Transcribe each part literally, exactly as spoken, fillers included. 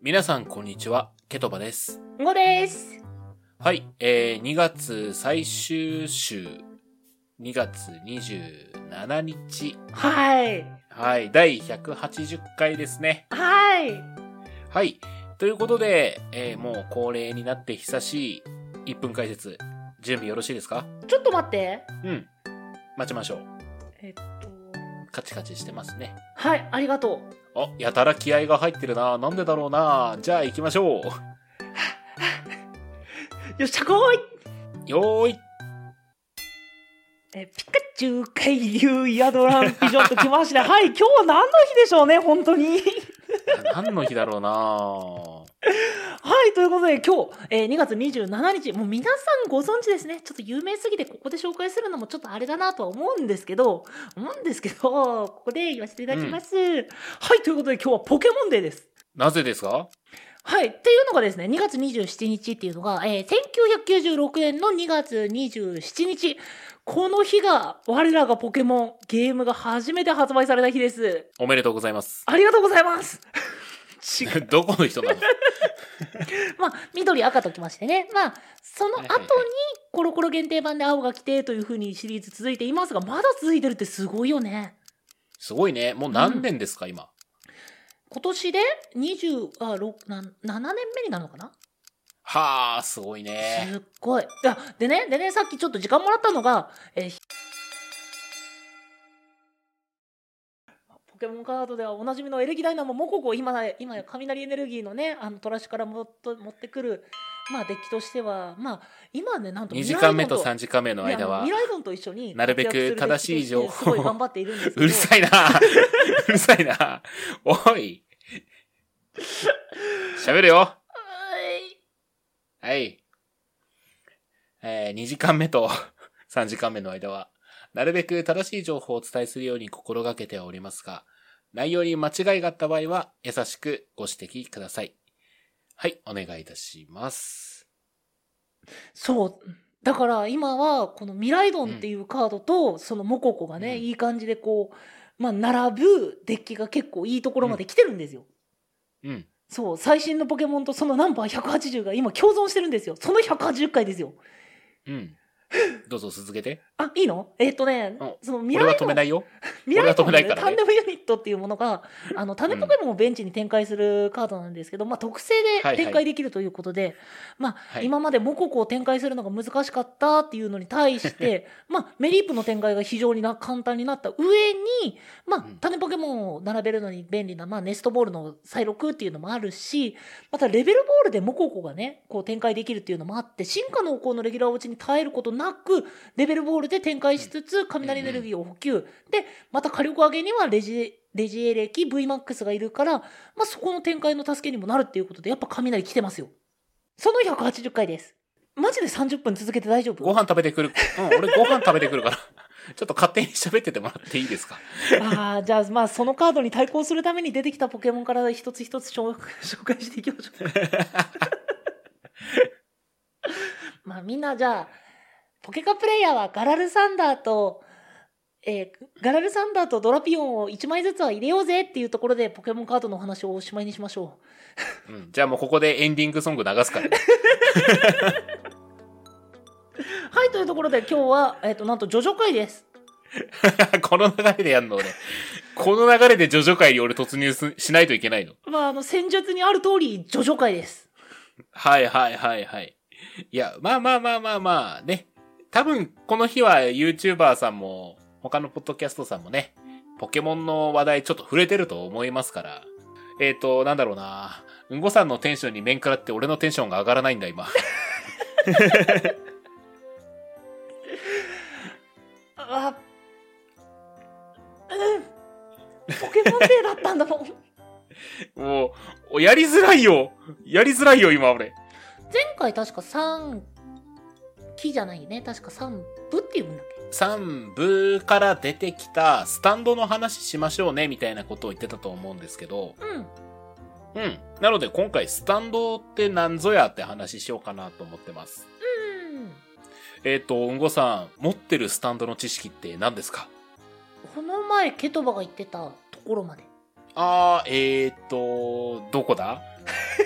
皆さんこんにちは、ケトバです。 んごです。 はい、えー、にがつ最終週、にがつにじゅうしちにち。 はい。 はい、だいひゃくはちじゅっかいですね。 はい。 はい、ということで、えー、もう恒例になって久しいいっぷん解説、準備よろしいですか？ ちょっと待って。 うん、待ちましょう。 えっと、 カチカチしてますね。 はい、ありがとう。 あ、やたら気合が入ってるな。なんでだろうな。じゃあ行きましょう。 よっしゃこい。 よーい。 え、ピカチュウ、海流、ヤドラン、ピジョンと来まして、はい、今日は何の日でしょうね、本当に。 何の日だろうな。 はい、ということで今日、えー、にがつにじゅうしちにち、もう皆さんご存知ですね。ちょっと有名すぎてここで紹介するのもちょっとあれだなとは思うんですけど、思うんですけど、ここで言わせていただきます。うん、はい、ということで今日はポケモンデーです。 なぜですか？ はい。っていうのがですね、にがつにじゅうしちにちっていうのが、えー、せんきゅうひゃくきゅうじゅうろくねんのにがつにじゅうしちにち。この日が、我らがポケモン、ゲームが初めて発売された日です。 おめでとうございます。 ありがとうございます。 どこの人なの？ まあ、緑赤ときましてね。まあ、その後にコロコロ限定版で青が来てという風にシリーズ続いていますが、まだ続いてるってすごいよね。 すごいね。もう何年ですか、うん、今。 今年でにじゅう、あ、ろく、ななねんめになるのかな？ はあ、すごいね。 すっごい。いや、でね、でね、さっきちょっと時間もらったのが、えーポケモンカードではおなじみのエレキダイナモモココ、今今や雷エネルギーのね、あのトラッシュからもっと持ってくる、まあデッキとしては、まあ今ね、なんとにじかんめとさんじかんめの間はミライドンと一緒になるべく正しい情報をすごい頑張っているんですけど。 うるさいなうるさいなおい喋るよ。はい、はい、えー、にじかんめとさんじかんめの間はなるべく正しい情報をお伝えするように心がけておりますが、内容に間違いがあった場合は優しくご指摘ください。はい、お願いいたします。 そう。だから今はこのミライドンっていうカードとそのモココがね、うん、いい感じでこう、まあ並ぶデッキが結構いいところまで来てるんですよ。 うん。うん、そう、 最新のポケモンとそのナンバーひゃくはちじゅうが今共存してるんですよ。そのひゃくはちじゅっかいですよ。 うん。どうぞ続けて。 あ、いいの？えー、っとね、 そのミライドン、俺は止めないよ。 ミライドンの、ね、タンデムユニットっていうものが、あの、種ポケモンをベンチに展開するカードなんですけど、うん、まあ、特性で展開できるということで、はいはい、まあ、はい、今までモココを展開するのが難しかったっていうのに対して、まあ、メリープの展開が非常にな簡単になった上に、まあ、種ポケモンを並べるのに便利な、まあ、ネストボールの再録っていうのもあるし、またレベルボールでモココがね、こう展開できるっていうのもあって、進化のこのレギュラー落ちに耐えることなく、レベルボールで展開しつつ、雷エネルギーを補給。で、また火力上げにはレジ、レジエレキ ブイマックス がいるから、まあ、そこの展開の助けにもなるっていうことで、やっぱ雷来てますよ。そのひゃくはちじゅっかいです。マジでさんじゅっぷん続けて大丈夫？ ご飯食べてくる。うん、俺ご飯食べてくるから。ちょっと勝手に喋っててもらっていいですか？ ああ、じゃあ、まあ、そのカードに対抗するために出てきたポケモンから一つ一つ紹介していきましょう。まあ、みんな、じゃあ、ポケカプレイヤーはガラルサンダーと、えー、ガラルサンダーとドラピオンをいちまいずつは入れようぜっていうところでポケモンカードの話をおしまいにしましょう。うん、じゃあもうここでエンディングソング流すからね。 はい、というところで今日は、えっと、なんとジョジョ会です。 この流れでやんのね。この流れでジョジョ会に俺突入 し, しないといけないの。 まあ、あの、戦術にある通り、ジョジョ会です。 はいはいはいはい。いや、まあまあまあまあまあ、ね。多分、この日は YouTuber さんも、他のポッドキャストさんもね、ポケモンの話題ちょっと触れてると思いますから。えっと、なんだろうな。うんごさんのテンションに面食らって俺のテンションが上がらないんだ、今。 あ、うん。ポケモンデーだったんだもん。 もう、やりづらいよ。やりづらいよ、今俺。 前回確かさんきじゃないね。確かさんぶっていうんだっけ？ さんぶから出てきたスタンドの話しましょうねみたいなことを言ってたと思うんですけど。うん。うん。なので今回スタンドって何ぞやって話しようかなと思ってます。 うん。 えっと、うんごさん、持ってるスタンドの知識って何ですか？ この前ケトバが言ってたところまで。 あー、えーっと、どこだ？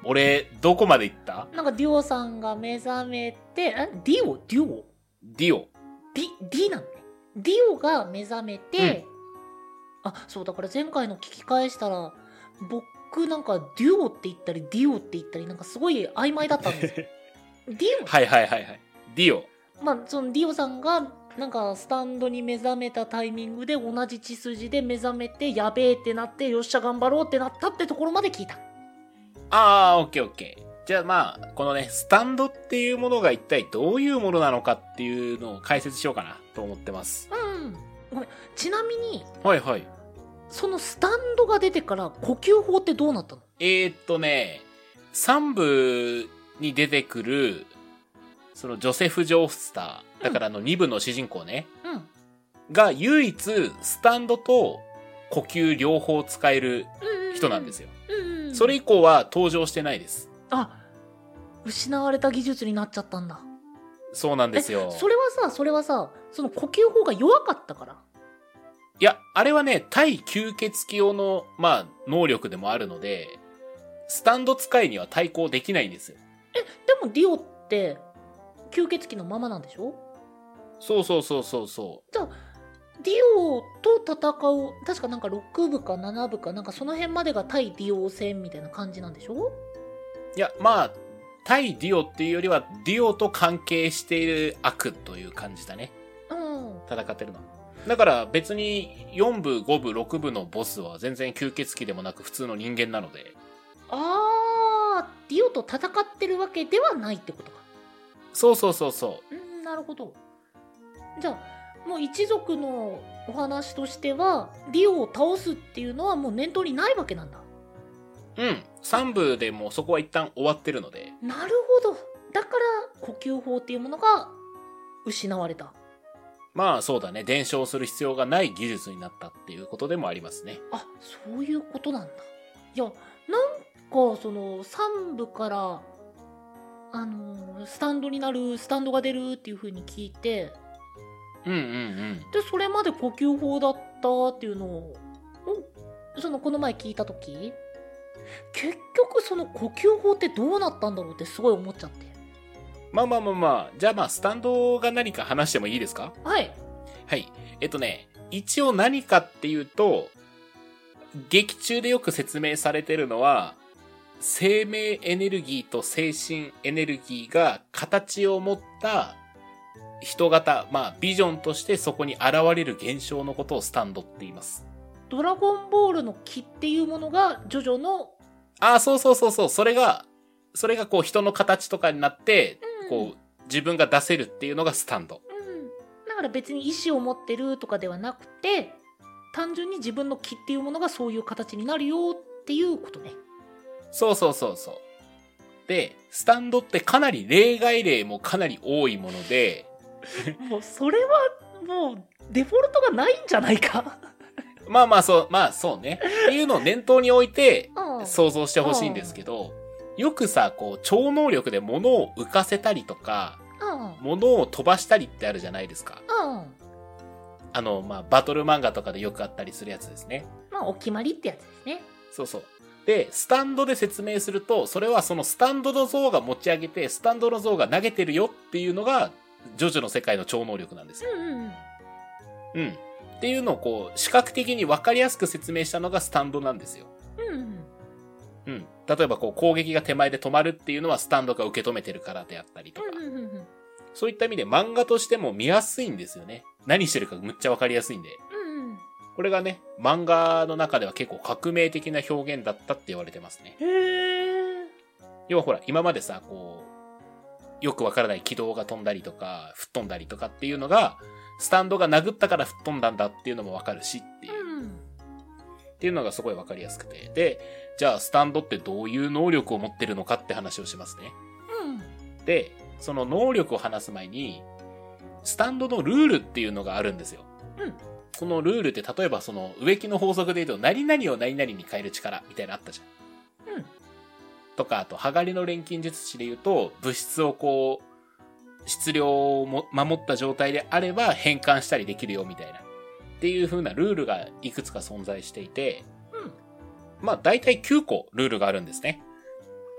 俺、どこまで行った？ なんかデュオさんが目覚めて、えディオデュオディオ。 ディ、ディなのね。ディオが目覚めて、うん、あ、そう、だから前回の聞き返したら、僕なんかデュオって言ったり、ディオって言ったり、なんかすごい曖昧だったんですよ。ディオはいはいはいはい。ディオ。 まあ、そのディオさんが、なんかスタンドに目覚めたタイミングで同じ血筋で目覚めて、やべえってなって、よっしゃ頑張ろうってなったってところまで聞いた。 あー、オッケーオッケー。じゃあまあ、このね、スタンドっていうものが一体どういうものなのかっていうのを解説しようかなと思ってます。 うん。ごめん。ちなみに、 はいはい。 そのスタンドが出てから呼吸法ってどうなったの？ えーっとね、さん部に出てくる、そのジョセフ・ジョースター、だからあのに部の主人公ね、 うん。 が唯一スタンドと呼吸両方使える人なんですよ。 うんうん、 それ以降は登場してないです。 あ、失われた技術になっちゃったんだ。 そうなんですよ。 それはさ、それはさ、その呼吸法が弱かったから？ いや、あれはね、対吸血鬼用の、まあ、能力でもあるので、スタンド使いには対抗できないんですよ。 え、でもディオって、吸血鬼のままなんでしょ？ そうそうそうそうそう。 じゃあ、ディオと戦う、確かなんかろく部かなな部か、なんかその辺までが対ディオ戦みたいな感じなんでしょ？ いや、まあ、対ディオっていうよりは、ディオと関係している悪という感じだね。 うん。 戦ってるの。だから別によん部、ご部、ろく部のボスは全然吸血鬼でもなく普通の人間なので。 あー、ディオと戦ってるわけではないってことか。 そうそうそうそう。 うん、なるほど。じゃあ、もう一族のお話としては、ディオを倒すっていうのはもう念頭にないわけなんだ。 うん。さん部でもそこは一旦終わってるので。 なるほど。だから呼吸法っていうものが失われた。 まあそうだね。伝承する必要がない技術になったっていうことでもありますね。 あ、そういうことなんだ。いや、なんかそのさん部からあのスタンドになる、スタンドが出るっていう風に聞いて、 うんうんうん。 でそれまで呼吸法だったっていうのを、そのこの前聞いた時、結局その呼吸法ってどうなったんだろうってすごい思っちゃって。 まあまあまあまあ、じゃあまあスタンドが何か話してもいいですか？ はい。 はい。えっとね、一応何かっていうと、劇中でよく説明されてるのは、生命エネルギーと精神エネルギーが形を持った人型、まあビジョンとしてそこに現れる現象のことをスタンドって言います。 ドラゴンボールの木っていうものがジョジョの、 ああ、そうそうそうそう、それが、それがこう人の形とかになって、うん、こう自分が出せるっていうのがスタンド。 うん。だから別に意志を持ってるとかではなくて、単純に自分の木っていうものがそういう形になるよっていうことね。 そうそうそうそう。で、スタンドってかなり例外例もかなり多いもので、 もうそれはもうデフォルトがないんじゃないか。 まあまあそう、まあそうね。っていうのを念頭に置いて想像してほしいんですけど、よくさ、こう超能力で物を浮かせたりとか、物を飛ばしたりってあるじゃないですか。あの、まあバトル漫画とかでよくあったりするやつですね。 まあお決まりってやつですね。 そうそう。で、スタンドで説明すると、それはそのスタンドの像が持ち上げて、スタンドの像が投げてるよっていうのが、ジョジョの世界の超能力なんですよ。 うんうんうん。 うん。っていうのをこう、視覚的に分かりやすく説明したのがスタンドなんですよ。 うんうん。 うん。例えばこう、攻撃が手前で止まるっていうのはスタンドが受け止めてるからであったりとか。 うんうんうんうん。 そういった意味で漫画としても見やすいんですよね。何してるかむっちゃ分かりやすいんで。 うんうん。 これがね、漫画の中では結構革命的な表現だったって言われてますね。 へー。 要はほら、今までさ、こう、よくわからない軌道が飛んだりとか、吹っ飛んだりとかっていうのが、スタンドが殴ったから吹っ飛んだんだっていうのもわかるしっていう。 うん。 っていうのがすごいわかりやすくて。で、じゃあスタンドってどういう能力を持ってるのかって話をしますね。 うん。 で、その能力を話す前に、スタンドのルールっていうのがあるんですよ。 うん。 このルールって例えばその植木の法則で言うと何々を何々に変える力みたいなのあったじゃん。 うん。 とか、あと、鋼の錬金術師で言うと、物質をこう、質量をも守った状態であれば変換したりできるよみたいな。っていう風なルールがいくつか存在していて、 うん。 まあ大体きゅうこルールがあるんですね。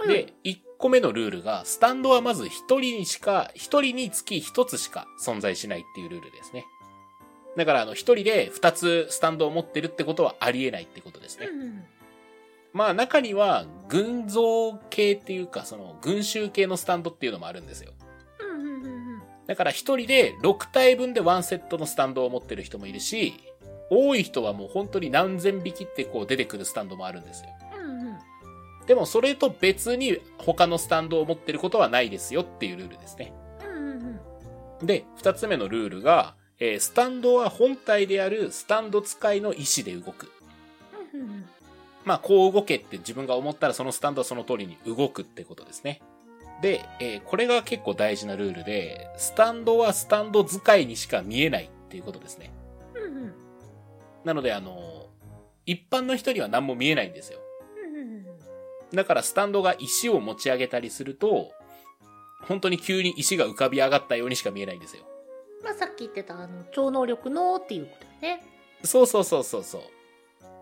で、いっこめのルールが、スタンドはまずひとりにしか、ひとりにつきひとつしか存在しないっていうルールですね。だから、あの、ひとりでふたつスタンドを持ってるってことはありえないってことですね。うん、まあ、中には、群像系っていうか、その、群衆系のスタンドっていうのもあるんですよ。うんうんうんうん、だから、ひとりでろくたいぶんでワンセットのスタンドを持ってる人もいるし、多い人はもう本当に何千匹ってこう出てくるスタンドもあるんですよ。うんうん、でもそれと別に他のスタンドを持ってることはないですよっていうルールですね。うんうんうん、で、二つ目のルールが、えー、スタンドは本体であるスタンド使いの意思で動く。うんうんうん、まあこう動けって自分が思ったらそのスタンドはその通りに動くってことですね。で、えー、これが結構大事なルールで、スタンドはスタンド使いにしか見えないっていうことですね。うんうん、なのであの、一般の人には何も見えないんですよ。だからスタンドが石を持ち上げたりすると、本当に急に石が浮かび上がったようにしか見えないんですよ。 まあさっき言ってたあの超能力のっていうことね。 そうそうそうそうそう。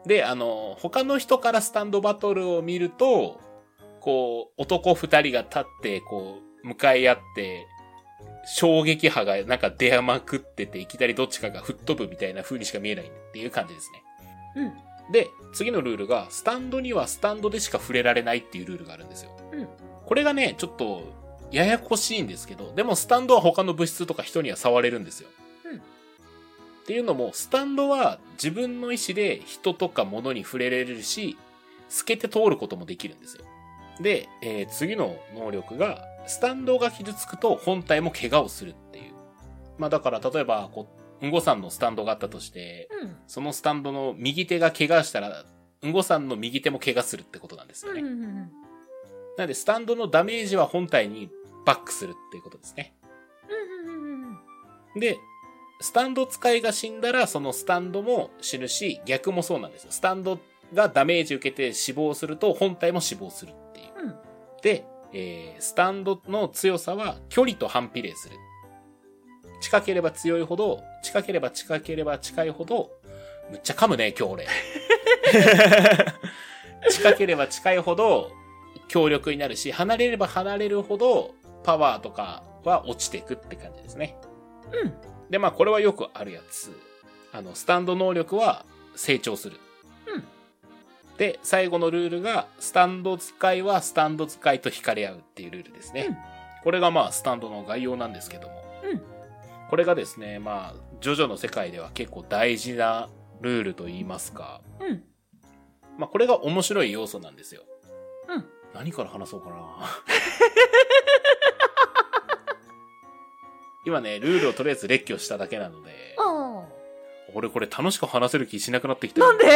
で、あの、他の人からスタンドバトルを見ると、こう、男二人が立って、こう、向かい合って、衝撃波がなんか出まくってて、いきなりどっちかが吹っ飛ぶみたいな風にしか見えないっていう感じですね。うん。で、次のルールが、スタンドにはスタンドでしか触れられないっていうルールがあるんですよ。うん。これがね、ちょっと、ややこしいんですけど、でもスタンドは他の物質とか人には触れるんですよ。うん。っていうのも、スタンドは自分の意思で人とか物に触れれるし、透けて通ることもできるんですよ。で、えー、次の能力が、スタンドが傷つくと本体も怪我をするっていう。まあだから例えば、こう、うんごさんのスタンドがあったとして、うん、そのスタンドの右手が怪我したら、うんごさんの右手も怪我するってことなんですよね。うんうんうん、なので、スタンドのダメージは本体にバックするっていうことですね。うんうんうんうん、で、スタンド使いが死んだら、そのスタンドも死ぬし、逆もそうなんですよ。スタンドがダメージ受けて死亡すると、本体も死亡するっていう。うん、で、えー、スタンドの強さは距離と反比例する。近ければ強いほど、近ければ近ければ近いほど、むっちゃ噛むね、今日俺。近ければ近いほど強力になるし、離れれば離れるほどパワーとかは落ちていくって感じですね。うん。で、まあこれはよくあるやつ。あの、スタンド能力は成長する。うん。で、最後のルールが、スタンド使いはスタンド使いと惹かれ合うっていうルールですね。うん、これがまあ、スタンドの概要なんですけども。うん、これがですね、まあ、ジョジョの世界では結構大事なルールと言いますか。うん、まあ、これが面白い要素なんですよ。うん、何から話そうかな。今ね、ルールをとりあえず列挙しただけなので、俺これ楽しく話せる気しなくなってきた。 なんで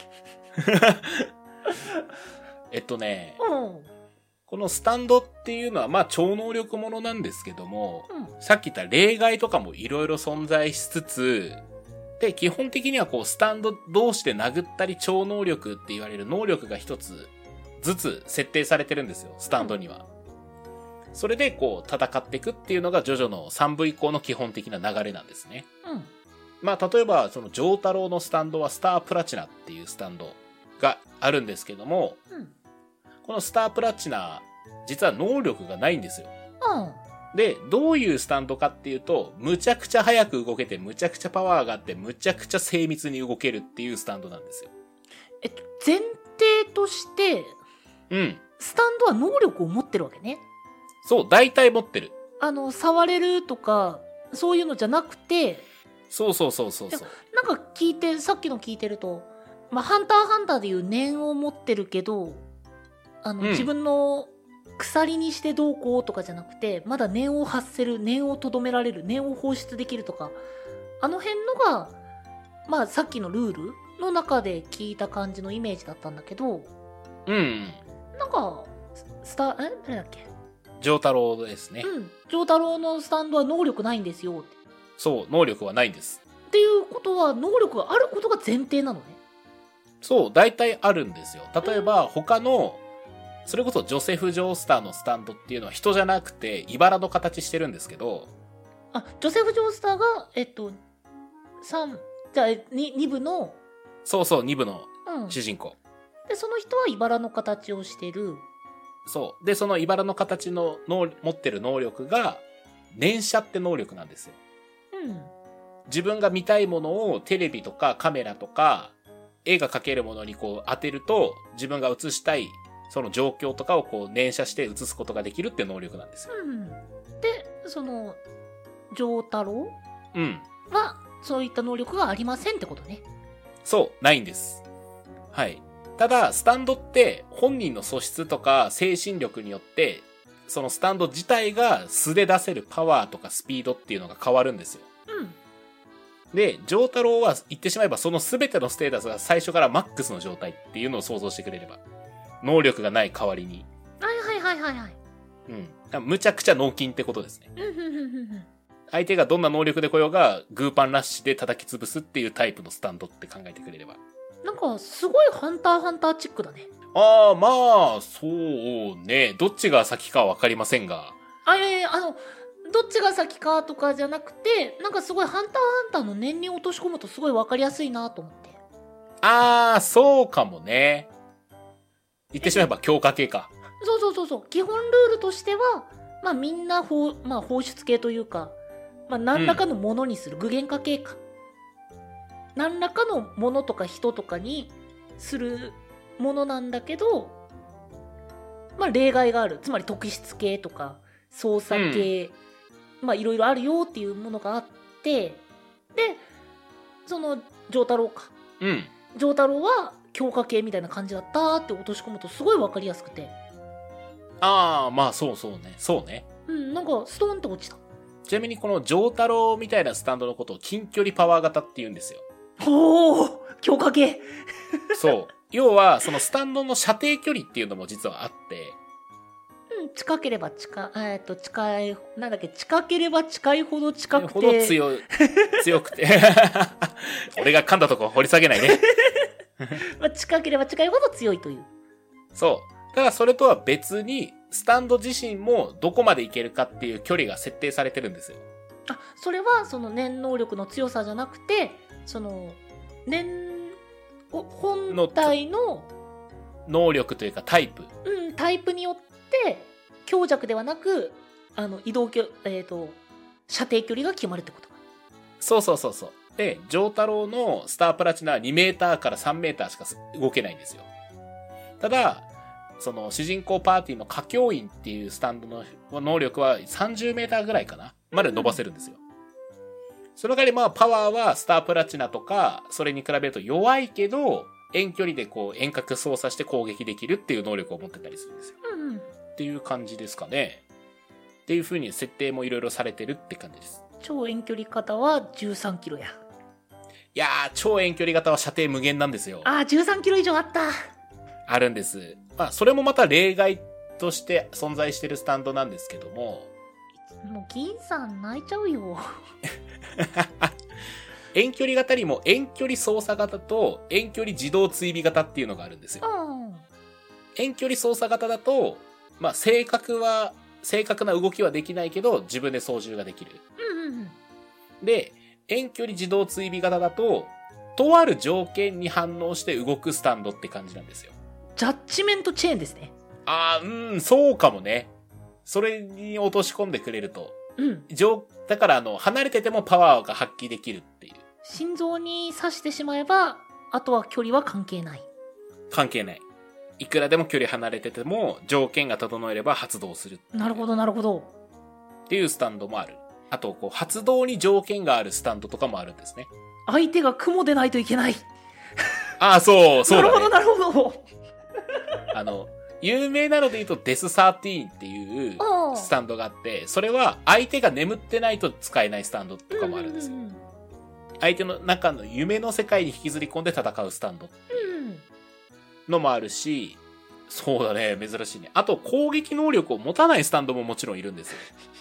えっとね、うん、このスタンドっていうのはまあ超能力ものなんですけども、うん、さっき言った例外とかもいろいろ存在しつつ、で、基本的にはこうスタンド同士で殴ったり超能力って言われる能力が一つずつ設定されてるんですよ、スタンドには。うん、それでこう戦っていくっていうのがジョジョのさんぶ以降の基本的な流れなんですね。うん、まあ例えばそのジョータロウのスタンドはスタープラチナっていうスタンドがあるんですけども、うん、このスタープラチナ実は能力がないんですよ。うん、で、どういうスタンドかっていうと、むちゃくちゃ早く動けて、むちゃくちゃパワーがあって、むちゃくちゃ精密に動けるっていうスタンドなんですよ。 えっと、前提として、うん。スタンドは能力を持ってるわけね。 そう、大体持ってる。 あの、触れるとか、そういうのじゃなくて、 そうそうそうそうそう。 なんか聞いて、さっきの聞いてると、まあ、ハンターハンターでいう念を持ってるけど、あの、うん、自分の鎖にしてどうこうとかじゃなくて、まだ念を発せる、念をとどめられる、念を放出できるとか、あの辺のが、まあさっきのルールの中で聞いた感じのイメージだったんだけど、うん。なんか、スタ、え誰だっけジョータロウですね。 うん。ジョータロウのスタンドは能力ないんですよって。 そう、能力はないんです。 っていうことは、能力があることが前提なのね。 そう、大体あるんですよ。例えば、他の、それこそジョセフ・ジョースターのスタンドっていうのは人じゃなくて、茨の形してるんですけど。 あ、ジョセフ・ジョースターが、えっと、さん、じゃあ、に、に部の。 そうそう、に部の主人公。 うん、で、その人は茨の形をしてる。 そう。で、その茨の形の能持ってる能力が、連写って能力なんですよ。 うん。 自分が見たいものをテレビとかカメラとか、絵が描けるものにこう当てると、自分が映したい、その状況とかをこう連写して映すことができるっていう能力なんですよ。 うん。で、その、丈太郎うん。 は、そういった能力がありませんってことね。 そう、ないんです。はい。ただ、スタンドって本人の素質とか精神力によって、そのスタンド自体が素で出せるパワーとかスピードっていうのが変わるんですよ。 うん。 で、丈太郎は言ってしまえばその全てのステータスが最初からマックスの状態っていうのを想像してくれれば。能力がない代わりに。 はいはいはいはいはい。 うん。むちゃくちゃ脳筋ってことですね。 うんうんうんうん。 相手がどんな能力で来ようが、グーパンラッシュで叩き潰すっていうタイプのスタンドって考えてくれれば。 なんか、すごいハンターハンターチックだね。 ああ、まあ、そうね。どっちが先かはわかりませんが。 あ、いやいや、あの、どっちが先かとかじゃなくて、なんかすごいハンターハンターの念に落とし込むとすごいわかりやすいなと思って。 ああ、そうかもね。言ってしまえば強化系か。 そうそうそうそう。基本ルールとしては、まあみんな放、まあ、放出系というか、まあ何らかのものにする、具現化系か。何らかのものとか人とかにするものなんだけど、まあ例外がある。つまり特質系とか操作系、うん、まあいろいろあるよっていうものがあって、で、その丈太郎か。 うん。 丈太郎は強化系みたいな感じだったって落とし込むとすごいわかりやすくて。 ああ、まあそうそうね。そうね。 うん、なんかストーンって落ちた。 ちなみにこの丈太郎みたいなスタンドのことを近距離パワー型って言うんですよ。 ほー、強化系。 そう。要は、そのスタンドの射程距離っていうのも実はあって。 うん、近ければ近、えっと、近い、なんだっけ、近ければ近いほど近くて。 ほど強い、強くて。俺が噛んだとこ掘り下げないね。 まあ近ければ近いほど強いという。 そう。ただそれとは別に、スタンド自身もどこまでいけるかっていう距離が設定されてるんですよ。 あ、それはその念能力の強さじゃなくて、その、念、本体の能力というかタイプ。 うん、タイプによって強弱ではなく、あの、移動距、えっと、射程距離が決まるってことか。 そうそうそうそう。で、丈太郎のスタープラチナはにメーターからさんメーターしか動けないんですよ。ただ、その主人公パーティーの歌教員っていうスタンドの能力はさんじゅうメーターぐらいかなまで伸ばせるんですよ。その代わりまあパワーはスタープラチナとかそれに比べると弱いけど遠距離でこう遠隔操作して攻撃できるっていう能力を持ってたりするんですよ。 うんうん。 っていう感じですかね。っていう風に設定もいろいろされてるって感じです。 超遠距離型はじゅうさんキロや。 いやー、超遠距離型は射程無限なんですよ。 あー、じゅうさんキロ以上あった。 あるんです。まあ、それもまた例外として存在してるスタンドなんですけども。 もう、銀さん泣いちゃうよ。 遠距離型にも遠距離操作型と遠距離自動追尾型っていうのがあるんですよ。 うん、 遠距離操作型だと、まあ、正確は、正確な動きはできないけど、自分で操縦ができる。 うんうんうん、 で、遠距離自動追尾型だと、とある条件に反応して動くスタンドって感じなんですよ。 ジャッジメントチェーンですね。 ああ、うん、そうかもね。それに落とし込んでくれると。 うん。 だから、あの、離れててもパワーが発揮できるっていう。 心臓に刺してしまえば、あとは距離は関係ない。 関係ない。いくらでも距離離れてても、条件が整えれば発動する。 なるほど、なるほど。 っていうスタンドもある。あと、こう、発動に条件があるスタンドとかもあるんですね。 相手が雲でないといけない。 ああ、そう、そうだね。 なるほど、なるほど。 あの、有名なので言うとデスじゅうさんっていうスタンドがあって、それは相手が眠ってないと使えないスタンドとかもあるんですよ。うんうんうん、相手の中の夢の世界に引きずり込んで戦うスタンドっていうのもあるし、そうだね、珍しいね。あと攻撃能力を持たないスタンドももちろんいるんですよ。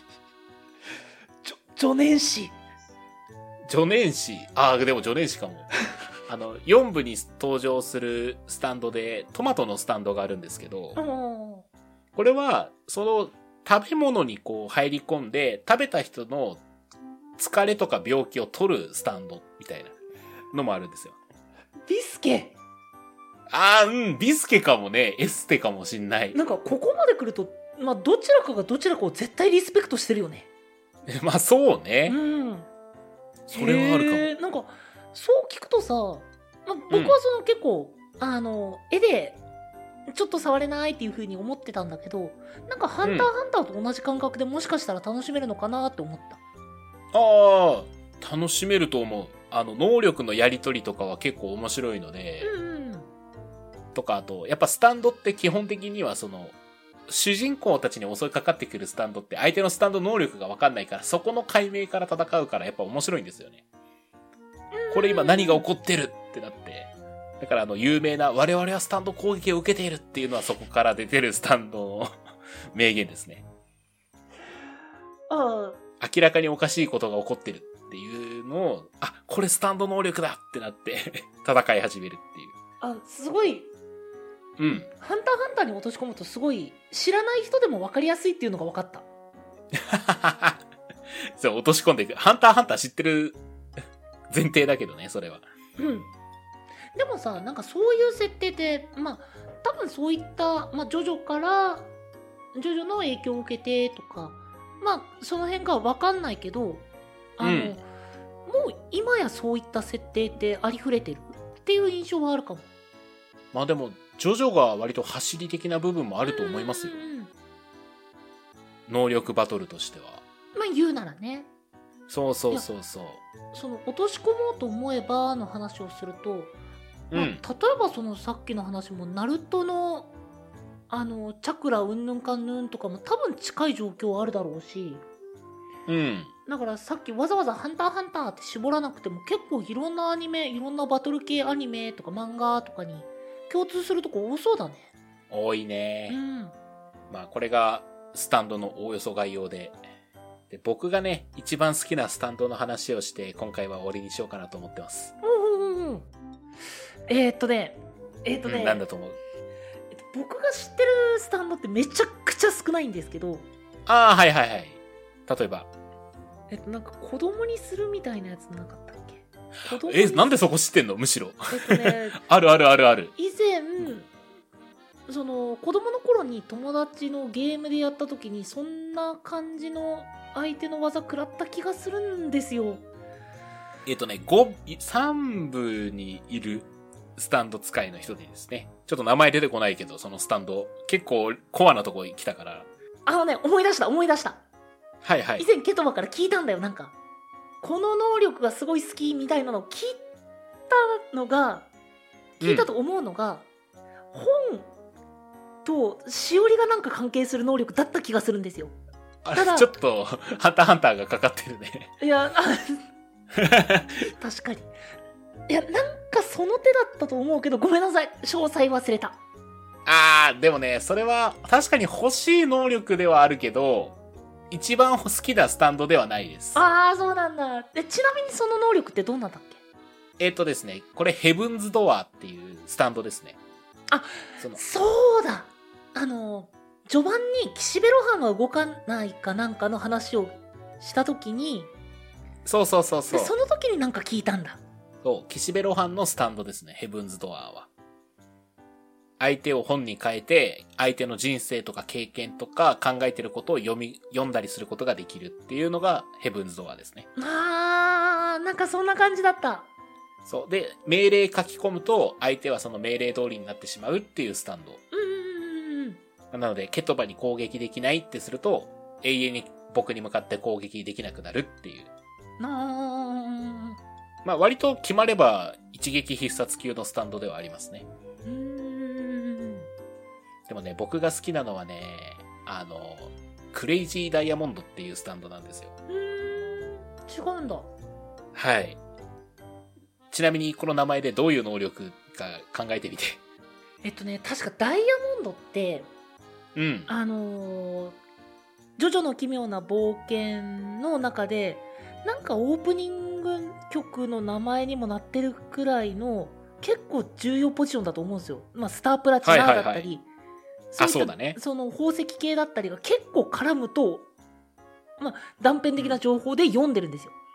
助念師。 助念師。ああ、でも助念師かも。あの、よん部に登場するスタンドで、トマトのスタンドがあるんですけど、これは、その、食べ物にこう入り込んで、食べた人の疲れとか病気を取るスタンドみたいなのもあるんですよ。 ビスケああ、うん、ビスケかもね、エステかもしんない。 なんかここまで来ると、まあどちらかがどちらかを絶対リスペクトしてるよね。 まあそうね。 うん。 それはあるかも。 なんかそう聞くとさ、まあ、僕はその結構、うん、あの絵でちょっと触れないっていう風に思ってたんだけど、なんかハンターハンターと同じ感覚でもしかしたら楽しめるのかなって思った。 ああ、楽しめると思う。あの能力のやり取りとかは結構面白いので、 うんうん、 とかあとやっぱスタンドって基本的にはその主人公たちに襲いかかってくるスタンドって相手のスタンド能力が分かんないから、そこの解明から戦うからやっぱ面白いんですよね。これ今何が起こってるってなって、だからあの有名な我々はスタンド攻撃を受けているっていうのはそこから出てるスタンドの名言ですね。 ああ、明らかにおかしいことが起こってるっていうのを、あ、これスタンド能力だってなって戦い始めるっていう。 あ、すごい。 うん。 ハンターハンターに落とし込むとすごい知らない人でも分かりやすいっていうのが分かった。 そう、落とし込んでいく。ハンターハンター知ってる前提だけどね、それは。 うん。でもさ、なんかそういう設定で、まあ、多分そういった、まあ、ジョジョから、ジョジョの影響を受けてとか、まあ、その辺が分かんないけど、あの、うん、もう今やそういった設定ってありふれてるっていう印象はあるかも。 まあでも、ジョジョが割と走り的な部分もあると思いますよ。能力バトルとしては。 まあ言うならね。 そうそうそうそう。 その落とし込もうと思えばの話をすると、まあ、例えばそのさっきの話もナルトのあのチャクラうんぬんかんぬんとかも多分近い状況あるだろうし、 うん、 だからさっきわざわざハンターハンターって絞らなくても結構いろんなアニメ、いろんなバトル系アニメとか漫画とかに共通するとこ多そうだね。 多いね。 うん、 まあこれがスタンドのおおよそ概要で、で僕がね一番好きなスタンドの話をして今回は終わりにしようかなと思ってます。 うんうんうん。えー、っとねえー、っとね、うん、 なんだと思う？ えっと、僕が知ってるスタンドってめちゃくちゃ少ないんですけど。 ああ、はいはいはい。例えばえっとなんか子供にするみたいなやつなかったっけ？ え、なんでそこ知ってんの？むしろ。 えっとね、 あるあるあるある。 以前その子供の頃に友達のゲームでやった時にそんな感じの相手の技食らった気がするんですよ。 えっとね、ご、さん部にいるスタンド使いの人でですね。ちょっと名前出てこないけど、そのスタンド、結構コアなとこ来たから。 あのね、思い出した思い出した。 はいはい。 以前ケトバから聞いたんだよ、なんか。この能力がすごい好きみたいなのを聞いたのが、聞いたと思うのが、うん、本としおりがなんか関係する能力だった気がするんですよ。 あれ、ちょっと、ハンターハンターがかかってるね。 いや、あ確かに。いや、なんかその手だったと思うけど、ごめんなさい。詳細忘れた。 あー、でもね、それは確かに欲しい能力ではあるけど、一番好きなスタンドではないです。 あー、そうなんだ。で、ちなみにその能力ってどんなんだっけ？ えっとですね、これヘブンズドアーっていうスタンドですね。 あ、そのそうだ。あの、序盤に岸辺露伴が動かないかなんかの話をしたときに、 そうそうそうそう。 その時になんか聞いたんだ。 そう、岸辺露伴のスタンドですね、ヘブンズドアーは。相手を本に変えて、相手の人生とか経験とか考えてることを読み、読んだりすることができるっていうのがヘブンズドアーですね。 あー、なんかそんな感じだった。 そう。で、命令書き込むと、相手はその命令通りになってしまうっていうスタンド。 うんうんうん。なので、ケトバに攻撃できないってすると、永遠に僕に向かって攻撃できなくなるっていう。 あー。 まあ、割と決まれば、一撃必殺級のスタンドではありますね。 うーん。 でもね、僕が好きなのはね、あの、クレイジーダイヤモンドっていうスタンドなんですよ。 うーん。違うんだ。 はい。ちなみにこの名前でどういう能力か考えてみて。 えっとね、確かダイヤモンドって、 うん。 あのー、ジョジョの奇妙な冒険の中で、なんかオープニング曲の名前にもなってるくらいの結構重要ポジションだと思うんですよ。まあ、スタープラチナだったり、はいはいはい、 あ、そうだね。 その宝石系だったりが結構絡むと、まあ、断片的な情報で読んでるんですよ。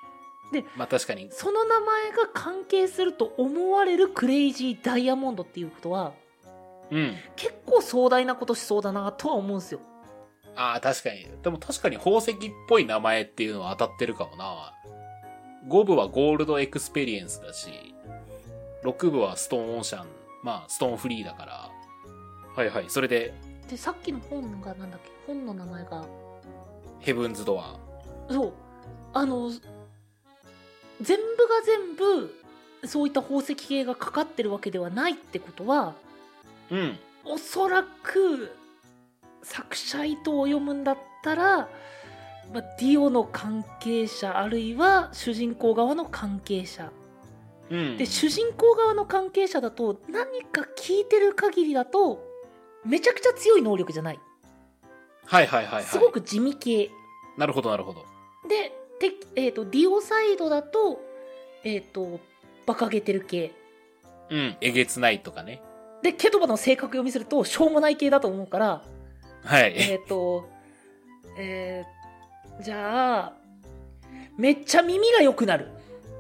で、 まあ確かにその名前が関係すると思われるクレイジーダイヤモンドっていうことは、 うん、 結構壮大なことしそうだなとは思うんですよ。 ああ、確かに。でも確かに宝石っぽい名前っていうのは当たってるかもな。ご部はゴールドエクスペリエンスだし、ろく部はストーンオーシャン、まあストーンフリーだから。はいはい、それで。 で、さっきの本がなんだっけ、本の名前が。 ヘブンズドア。 そう。あの、全部が全部、そういった宝石系がかかってるわけではないってことは、 うん。 おそらく、作者意図を読むんだったら、まあ、ディオの関係者あるいは主人公側の関係者、 うん、 で主人公側の関係者だと何か聞いてる限りだとめちゃくちゃ強い能力じゃない。 はいはいはいはい。 すごく地味系。 なるほどなるほど。 で、てえー、とディオサイドだとえっ、ー、と馬鹿げてる系。 うん、えげつないとかね。 でケトバの性格読みするとしょうもない系だと思うから、 はい。 えっ、ー、とえー、じゃあめっちゃ耳が良くなる。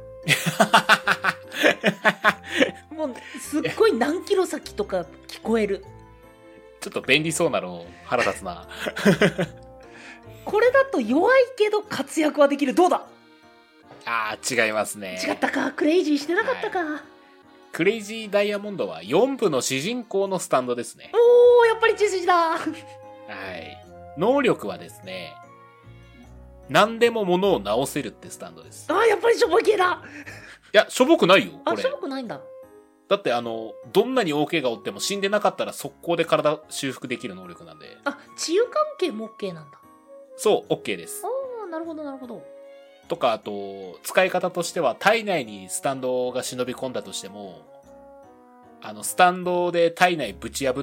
もうすっごい何キロ先とか聞こえる。 ちょっと便利そうなの腹立つな。 これだと弱いけど活躍はできる。どうだ。 あー違いますね。 違ったか。クレイジーしてなかったか、はい、 クレイジーダイヤモンドはよん部の主人公のスタンドですね。 おー、やっぱり血筋だ。はい。 能力はですね、何でも物を直せるってスタンドです。 あー、やっぱりしょぼい系だ。 いや、しょぼくないよ、これ。 あ、しょぼくないんだ。 だってあの、どんなに大怪我を負っても死んでなかったら速攻で体修復できる能力なんで。 あ、治癒関係も OK なんだ。 そう、OK です。 あー、なるほどなるほど。 とか、あと、使い方としては、体内にスタンドが忍び込んだとしても、あの、スタンドで体内ぶち破って、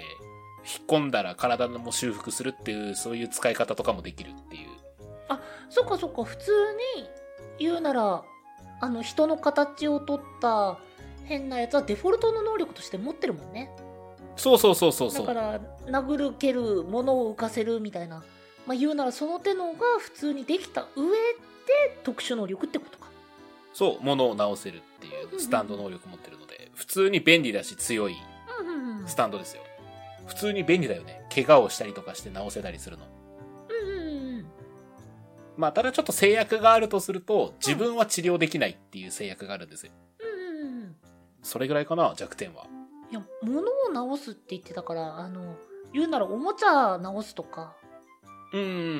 引っ込んだら体も修復するっていう、そういう使い方とかもできるっていう。 あ、そっかそっか。普通に言うなら、あの、人の形を取った変なやつはデフォルトの能力として持ってるもんね。 そうそうそうそうそう。 だから、殴る、蹴る、物を浮かせるみたいな。まあ、言うならその手のが普通にできた上で特殊能力ってことか。 そう、物を直せるっていうスタンド能力持ってるので、うんうん、普通に便利だし強いスタンドですよ。うんうん、普通に便利だよね。怪我をしたりとかして直せたりするの。 うんうんうん。 まあ、ただちょっと制約があるとすると、自分は治療できないっていう制約があるんですよ。 うんうんうん。 それぐらいかな、弱点は。 いや、物を直すって言ってたから、あの、言うならおもちゃ直すとか。 うん。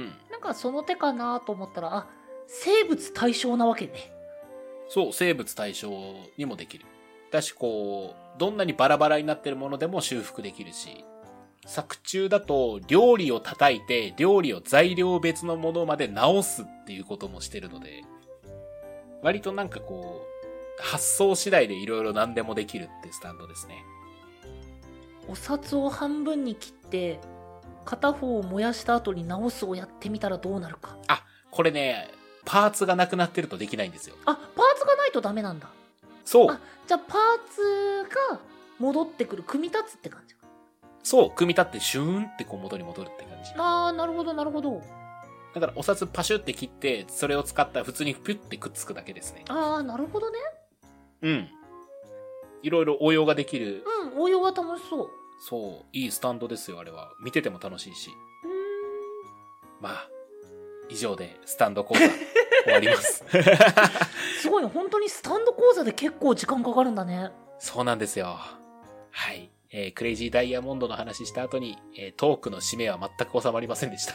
なんかその手かなと思ったら、あ、生物対象なわけね。 そう、生物対象にもできる。だし、こう、どんなにバラバラになってるものでも修復できるし、作中だと料理を叩いて、料理を材料別のものまで直すっていうこともしてるので、割となんかこう、発想次第でいろいろ何でもできるってスタンドですね。 お札を半分に切って、片方を燃やした後に直すをやってみたらどうなるか。 あ、これね、パーツがなくなってるとできないんですよ。 あ、パーツがないとダメなんだ。 そう。 あ、じゃあパーツが戻ってくる、組み立つって感じか。 そう、組み立ってシューンってこう元に戻るって感じ。 あー、なるほどなるほど。 だからお札パシュって切って、それを使ったら普通にピュッてくっつくだけですね。 あー、なるほどね。 うん。いろいろ応用ができる。 うん、応用が楽しそう。 そう、いいスタンドですよ、あれは。見てても楽しいし。 うーん。 まあ、以上でスタンド講座終わります。 すごい、本当にスタンド講座で結構時間かかるんだね。 そうなんですよ。はい。えー、クレイジーダイヤモンドの話した後に、えー、トークの締めは全く収まりませんでした。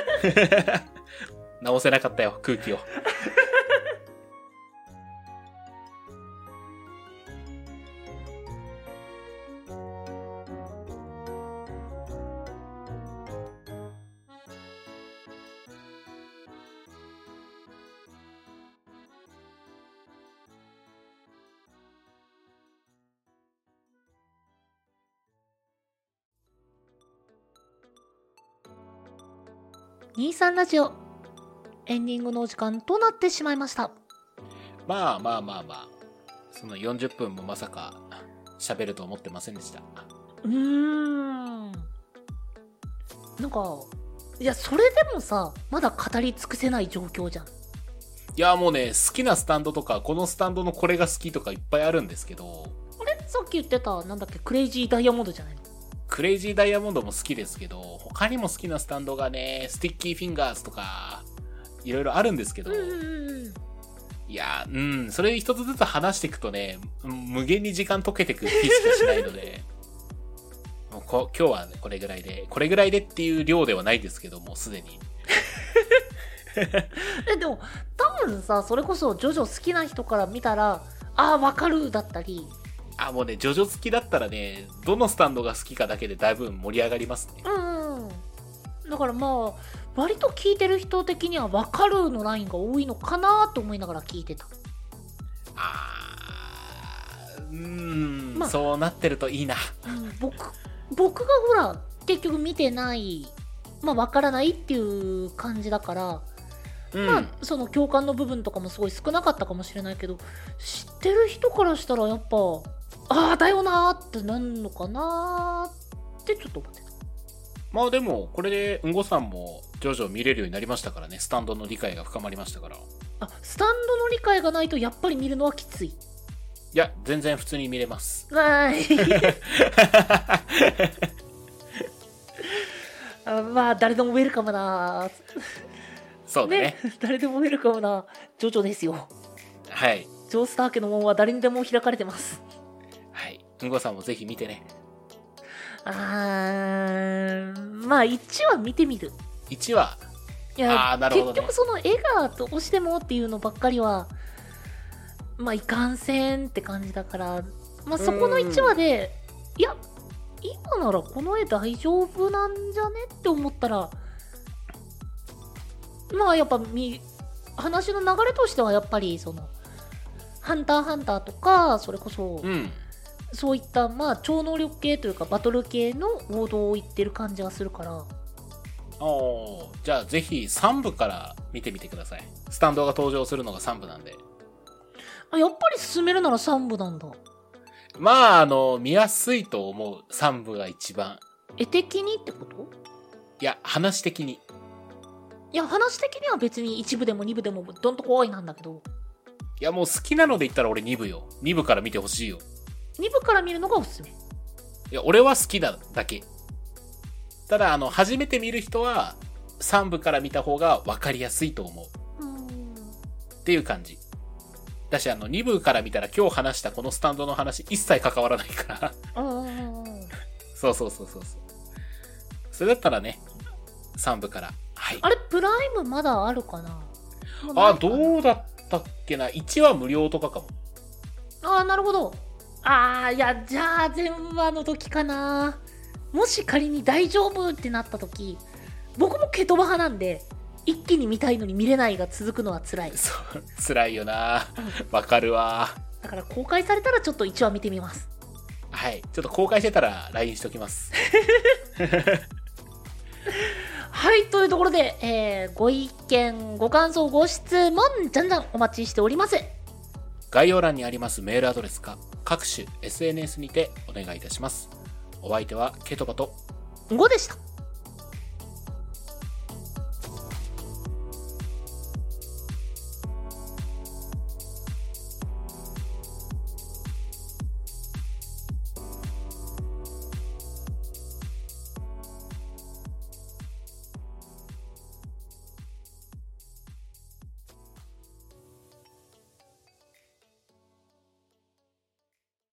直せなかったよ、空気を。 にじゅうさんラジオエンディングのお時間となってしまいました。 まあまあまあまあ、そのよんじゅっぷんもまさか喋ると思ってませんでした。 うーん、なんかいや、それでもさ、まだ語り尽くせない状況じゃん。 いや、もうね、好きなスタンドとか、このスタンドのこれが好きとかいっぱいあるんですけど。 あれさっき言ってた、なんだっけ、クレイジーダイヤモンドじゃないの？ クレイジーダイヤモンドも好きですけど、他にも好きなスタンドがね、スティッキーフィンガーズとか、いろいろあるんですけど。うんうんうん、いや、うん、それ一つずつ話していくとね、無限に時間解けていく気しかしないので。もうこ今日は、ね、これぐらいで、これぐらいでっていう量ではないですけども、すでに。 えでも多分さ、それこそジョジョ好きな人から見たら、ああ分かるだったり、 あ、もうね、ジョジョ好きだったらね、どのスタンドが好きかだけでだいぶ盛り上がりますね。 うんうん。だからまあ割と聞いてる人的には分かるのラインが多いのかなと思いながら聞いてた。 あー、うーん、まあ、そうなってるといいな。 うん、僕僕がほら結局見てない、まあ分からないっていう感じだから。うん、まあその共感の部分とかもすごい少なかったかもしれないけど、知ってる人からしたらやっぱああだよなーってなんのかなーってちょっと思ってた。 まあでもこれでうんごさんもジョジョ見れるようになりましたからね。スタンドの理解が深まりましたから。 あ、スタンドの理解がないとやっぱり見るのはきつい？いや全然普通に見れます。 はい。あ、まあ誰でもウェルカムな。 そうだね。 ね、誰でもウェルカムなジョジョですよ。 はい。 ジョースター家の門は誰にでも開かれてます。 はい。うんごさんもぜひ見てね。 あー、まあいちわ見てみる。 いちわ。 いや、あ、なるほどね、結局その絵がどうしてもっていうのばっかりは、まあいかんせんって感じだから、まあそこのいちわで、いや、今ならこの絵大丈夫なんじゃねって思ったら、まあやっぱみ話の流れとしてはやっぱりそのハンターハンターとか、それこそ、うん、そういったまあ超能力系というかバトル系の王道を言ってる感じがするから。 おー、じゃあぜひさんぶから見てみてください。スタンドが登場するのがさんぶなんで。 あ、やっぱり進めるならさんぶなんだ。 まああの見やすいと思う。さんぶが一番。 絵的にってこと？ いや話的に。 いや話的には別にいちぶでもにぶでもどんと怖いなんだけど。 いやもう好きなので言ったら俺にぶよ。にぶから見てほしいよ。 にぶから見るのがおすすめ。 いや俺は好きだだけ。ただあの初めて見る人はさんぶから見た方が分かりやすいと思う。うーんっていう感じ。だしあのにぶから見たら今日話したこのスタンドの話一切関わらないからそうそうそうそうそう。それだったらねさんぶから。はい、 あれプライムまだあるかな。 あ、どうだったっけな。いちわ無料とかかも。 ああなるほど。ああいやじゃあ全話の時かな。もし仮に大丈夫ってなった時、僕もケトバ派なんで一気に見たいのに見れないが続くのは辛い。 そう辛いよな。わかるわ。 だから公開されたらちょっといちわ見てみます。 はい、ちょっと公開してたら ライン しときますはい、というところで、えー、ご意見ご感想ご質問じゃんじゃんお待ちしております。 概要欄にありますメールアドレスか各種 エスエヌエス にてお願いいたします。お相手はケトバとゴでした。